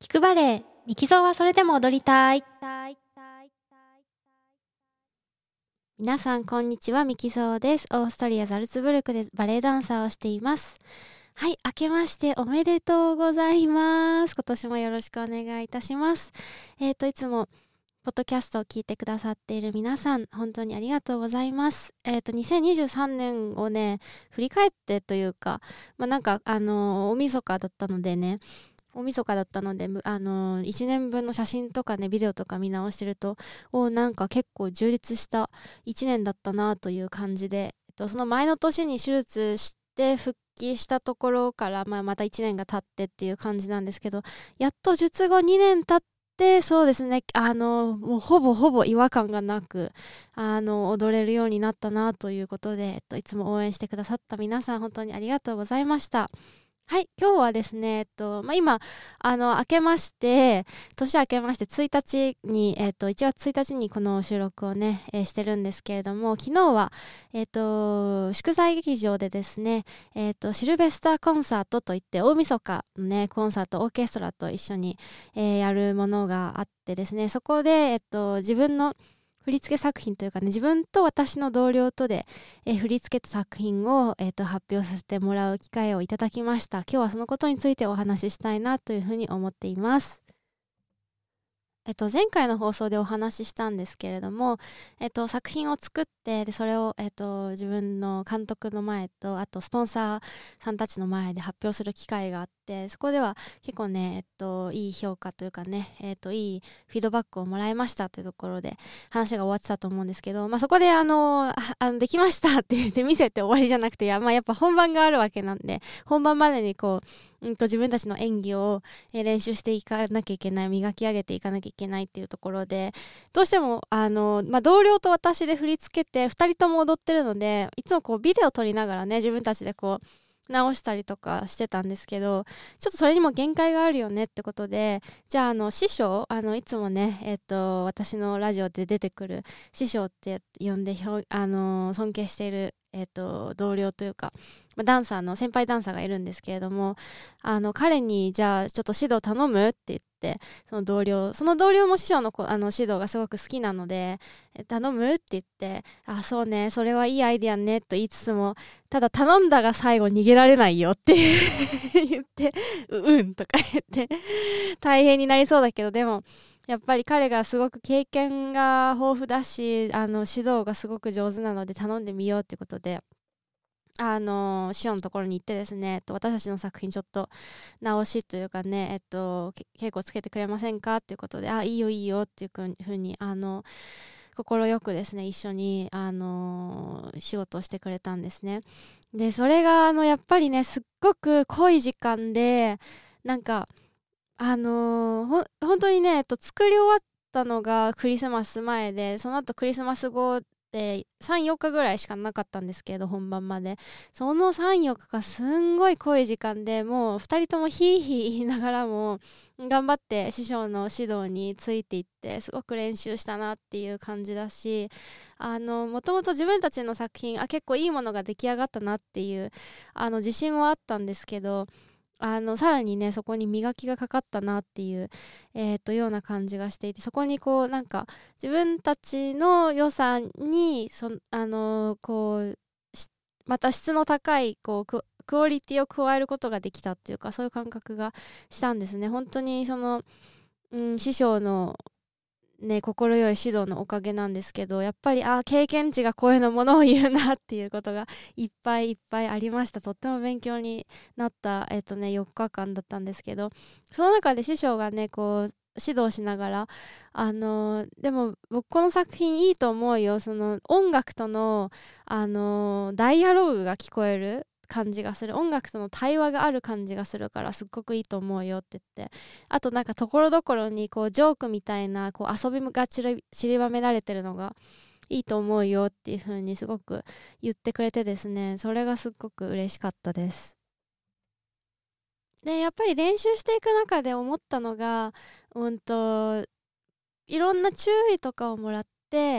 聞くバレエ、ミキゾーはそれでも踊りたい。皆さんこんにちは、ミキゾーです。オーストリアザルツブルクでバレエダンサーをしています。はい、明けましておめでとうございます。今年もよろしくお願いいたします。いつもポッドキャストを聞いてくださっている皆さん、本当にありがとうございます。2023年をね、振り返ってというか、大晦日だったのでね、1年分の写真とかね、ビデオとか見直してると、なんか結構充実した1年だったなという感じで、その前の年に手術して復帰したところから、また1年が経ってっていう感じなんですけど、やっと術後2年経って、そうですね、もうほぼ違和感がなく、踊れるようになったなということで、いつも応援してくださった皆さん、本当にありがとうございました。はい、今日はですね、今、年明けまして1日に、1月1日にこの収録をね、してるんですけれども、昨日は、祝祭劇場でですね、シルベスターコンサートといって、大晦日のね、コンサート、オーケストラと一緒に、やるものがあってですね、そこで、自分の振付作品というかね、自分と私の同僚とで、振り付けた作品を、発表させてもらう機会をいただきました。今日はそのことについてお話ししたいなというふうに思っています。前回の放送でお話ししたんですけれども、作品を作ってでそれを、自分の監督の前とあとスポンサーさんたちの前で発表する機会があって、そこでは結構ね、いい評価というかね、いいフィードバックをもらいましたというところで話が終わってたと思うんですけど、そこでできましたって言って見せて終わりじゃなくて、やっぱ本番があるわけなんで、本番までに自分たちの演技を練習していかなきゃいけない、磨き上げていかなきゃいけないっていうところで、どうしても同僚と私で振り付けて2人とも踊ってるので、いつもビデオ撮りながらね、自分たちで直したりとかしてたんですけど、ちょっとそれにも限界があるよねってことで、じゃあ師匠、いつもね、私のラジオで出てくる師匠って呼んで尊敬している同僚というか、先輩ダンサーがいるんですけれども、彼にじゃあちょっと指導頼むって言って、その同僚も師匠の指導がすごく好きなので、頼むって言って、そうね、それはいいアイディアねと言いつつも、ただ頼んだが最後逃げられないよって言ってうんとか言って大変になりそうだけど、でもやっぱり彼がすごく経験が豊富だし、指導がすごく上手なので頼んでみようってことで、師匠のところに行ってですね、私たちの作品ちょっと直しというかね、稽古つけてくれませんかっていうことで、いいよいいよっていうふうに心よくですね、一緒に仕事をしてくれたんですね。でそれがやっぱりね、すっごく濃い時間で、なんか本当にね、作り終わったのがクリスマス前で、その後クリスマス後で3、4日ぐらいしかなかったんですけど、本番まで。その3、4日がすんごい濃い時間で、もう2人ともヒーヒー言いながらも、頑張って師匠の指導についていって、すごく練習したなっていう感じだし、もともと自分たちの作品、結構いいものが出来上がったなっていう、自信はあったんですけど、さらにね、そこに磨きがかかったなっていう、ような感じがしていて、そこになんか自分たちの良さにまた質の高いクオリティを加えることができたっていうか、そういう感覚がしたんですね。本当に師匠のね、心よい指導のおかげなんですけど、やっぱり経験値が声のものを言うなっていうことがいっぱいいっぱいありました。とっても勉強になった4日間だったんですけど、その中で師匠がね指導しながらでも僕この作品いいと思うよ、その音楽とのダイアログが聞こえる感じがする、音楽との対話がある感じがするからすっごくいいと思うよって言って、あとなんかところどころにジョークみたいな遊びが散りばめられてるのがいいと思うよっていう風にすごく言ってくれてですね、それがすっごく嬉しかったです。でやっぱり練習していく中で思ったのが、いろんな注意とかをもらって、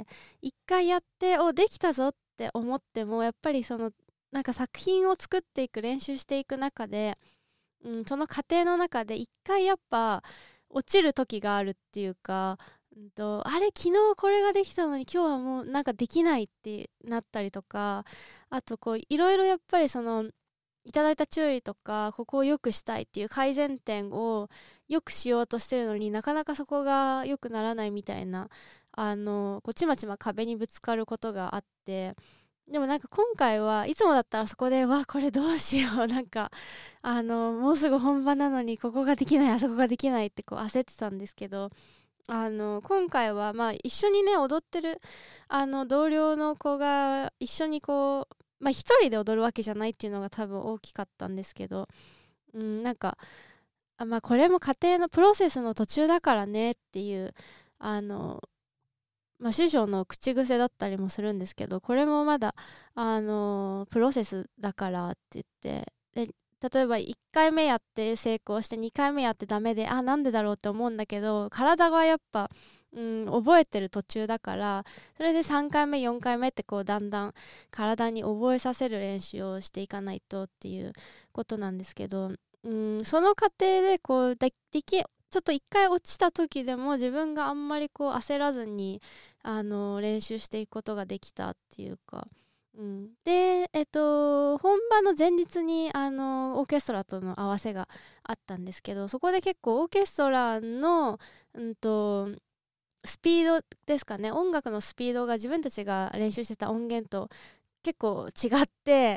一回やってできたぞって思っても、やっぱりなんか作品を作っていく、練習していく中で、その過程の中で一回やっぱ落ちる時があるっていうか、あれ昨日これができたのに今日はもうなんかできないってなったりとか、あとこういろいろやっぱりそのいただいた注意とか、ここを良くしたいっていう改善点を良くしようとしてるのになかなかそこが良くならないみたいな、こうちまちま壁にぶつかることがあって、でもなんか今回はいつもだったらそこでこれどうしようなんかもうすぐ本番なのにここができないあそこができないってこう焦ってたんですけど、今回はまあ一緒にね踊ってる同僚の子が一緒にこう一人で踊るわけじゃないっていうのが多分大きかったんですけど、なんかこれも家庭のプロセスの途中だからねっていう師匠の口癖だったりもするんですけど、これもまだプロセスだからって言って、で例えば1回目やって成功して2回目やってダメでなんでだろうって思うんだけど、体がやっぱ、覚えてる途中だから、それで3回目4回目ってこうだんだん体に覚えさせる練習をしていかないとっていうことなんですけど、その過程でこうちょっと一回落ちた時でも自分があんまりこう焦らずに練習していくことができたっていうか、で本番の前日にオーケストラとの合わせがあったんですけど、そこで結構オーケストラのスピードですかね、音楽のスピードが自分たちが練習してた音源と結構違って、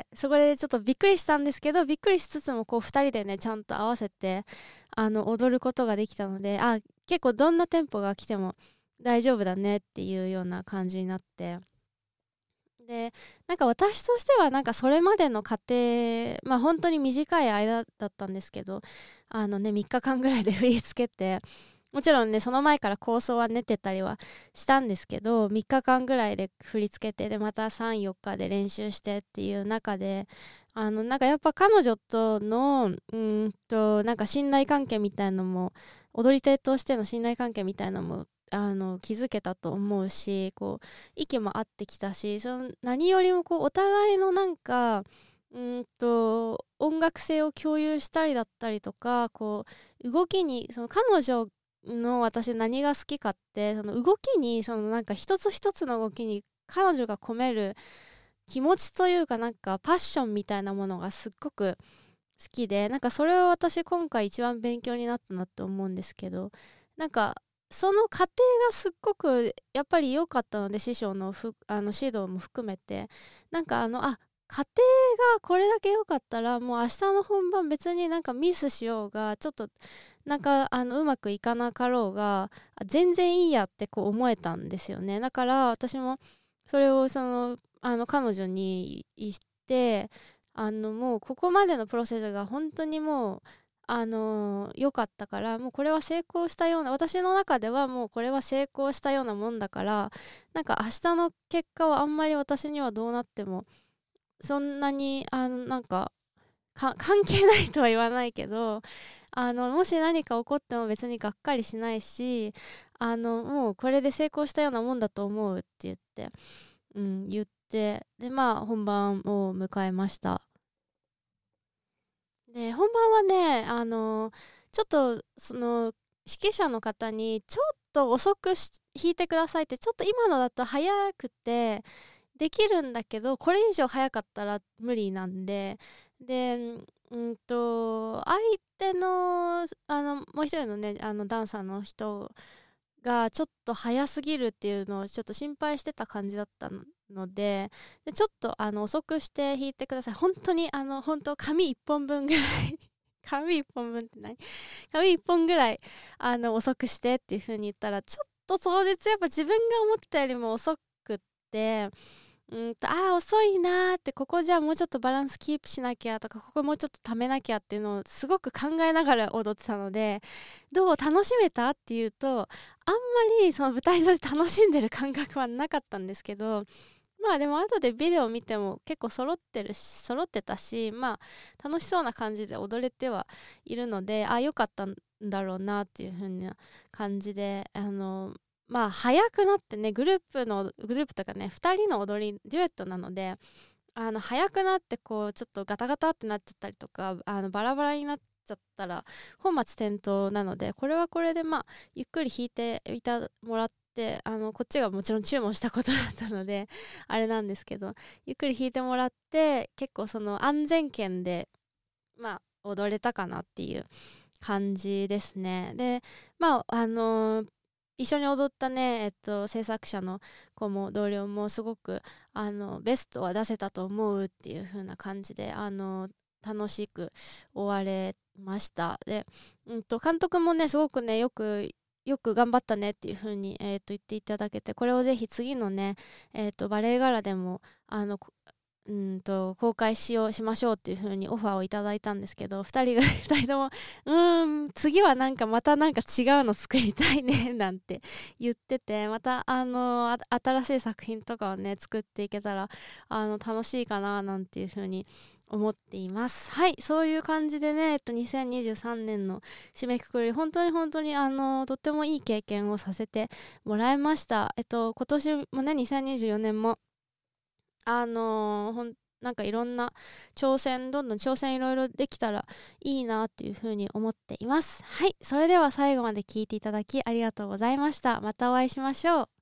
そこでちょっとびっくりしたんですけど、びっくりしつつもこう2人でねちゃんと合わせて踊ることができたので、結構どんなテンポが来ても大丈夫だねっていうような感じになって、でなんか私としてはなんかそれまでの過程、本当に短い間だったんですけど、3日間ぐらいで振り付けて、もちろんねその前から構想は練ってたりはしたんですけど、3日間ぐらいで振り付けて、でまた3、4日で練習してっていう中で、なんかやっぱ彼女とのなんか信頼関係みたいのも、踊り手としての信頼関係みたいなのも気づけたと思うし、こう息も合ってきたし、その何よりもこうお互いのなんか音楽性を共有したりだったりとか、こう動きにその彼女の私何が好きかって、その動きにそのなんか一つ一つの動きに彼女が込める気持ちというか、なんかパッションみたいなものがすっごく好きで、なんかそれを私今回一番勉強になったなって思うんですけど、なんかその過程がすっごくやっぱり良かったので、師匠の指導も含めて、なんか過程がこれだけ良かったら、もう明日の本番別になんかミスしようが、ちょっとなんかうまくいかなかろうが全然いいやってこう思えたんですよね。だから私もそれを彼女に言って、もうここまでのプロセスが本当にもう良かったから、もうこれは成功したような、私の中ではもうこれは成功したようなもんだから、なんか明日の結果はあんまり私にはどうなってもそんなになんか関係ないとは言わないけど、もし何か起こっても別にがっかりしないし、もうこれで成功したようなもんだと思うって言って、言って、で本番を迎えました。で本番はねちょっとその指揮者の方にちょっと遅く弾いてくださいって、ちょっと今のだと早くてできるんだけどこれ以上早かったら無理なんで、相手のもう一人のねダンサーの人がちょっと早すぎるっていうのをちょっと心配してた感じだったので、ちょっと遅くして弾いてください、本当に本当紙1本分ぐらい紙1本分って何紙1本ぐらい遅くしてっていう風に言ったら、ちょっと当日やっぱ自分が思ってたよりも遅くって、遅いなーって、ここじゃあもうちょっとバランスキープしなきゃとか、ここもうちょっとためなきゃっていうのをすごく考えながら踊ってたので、どう楽しめたっていうと、あんまりその舞台上で楽しんでる感覚はなかったんですけど、でも後でビデオ見ても結構揃ってたし、楽しそうな感じで踊れてはいるので、良かったんだろうなっていう風な感じで、早くなってね、グループとかね、2人の踊りデュエットなので、早くなってこうちょっとガタガタってなっちゃったりとか、バラバラになっちゃったら本末転倒なので、これはこれでゆっくり弾いてもらって、こっちがもちろん注文したことだったのであれなんですけど、ゆっくり弾いてもらって、結構その安全圏で踊れたかなっていう感じですね。で一緒に踊ったね、制作者の子も同僚もすごくベストは出せたと思うっていう風な感じで楽しく終われました。で、監督もねすごくねよく頑張ったねっていう風に、言っていただけて、これをぜひ次のね、バレエガラでも公開しましょうっていう風にオファーをいただいたんですけど、2人とも次はまた違うの作りたいねなんて言ってて、また新しい作品とかをね作っていけたら楽しいかななんていう風に思っています。はい、そういう感じでね、2023年の締めくくり、本当にとってもいい経験をさせてもらいました。今年もね、2024年もいろんなどんどん挑戦いろいろできたらいいなっていうふうに思っています。はい、それでは最後まで聞いていただきありがとうございました。またお会いしましょう。